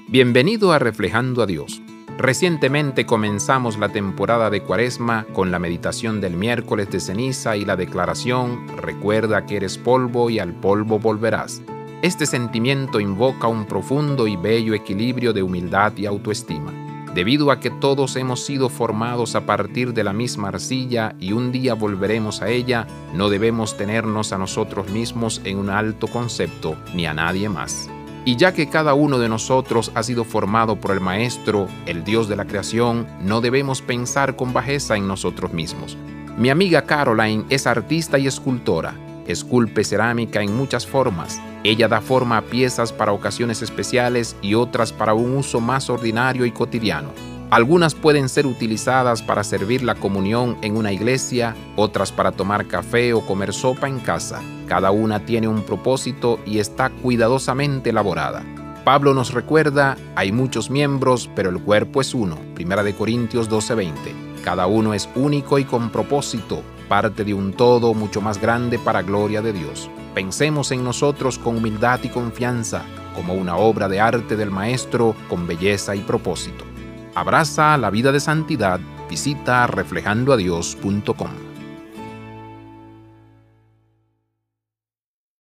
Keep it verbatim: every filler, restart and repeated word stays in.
Bienvenido a Reflejando a Dios. Recientemente comenzamos la temporada de Cuaresma con la meditación del miércoles de ceniza y la declaración «Recuerda que eres polvo y al polvo volverás». Este sentimiento invoca un profundo y bello equilibrio de humildad y autoestima. Debido a que todos hemos sido formados a partir de la misma arcilla y un día volveremos a ella, no debemos tenernos a nosotros mismos en un alto concepto, ni a nadie más. Y ya que cada uno de nosotros ha sido formado por el Maestro, el Dios de la creación, no debemos pensar con bajeza en nosotros mismos. Mi amiga Caroline es artista y escultora. Esculpe cerámica en muchas formas. Ella da forma a piezas para ocasiones especiales y otras para un uso más ordinario y cotidiano. Algunas pueden ser utilizadas para servir la comunión en una iglesia, otras para tomar café o comer sopa en casa. Cada una tiene un propósito y está cuidadosamente elaborada. Pablo nos recuerda, hay muchos miembros, pero el cuerpo es uno. Primera de Corintios doce veinte. Cada uno es único y con propósito, parte de un todo mucho más grande para gloria de Dios. Pensemos en nosotros con humildad y confianza, como una obra de arte del Maestro con belleza y propósito. Abraza la vida de santidad. Visita reflejando a dios punto com.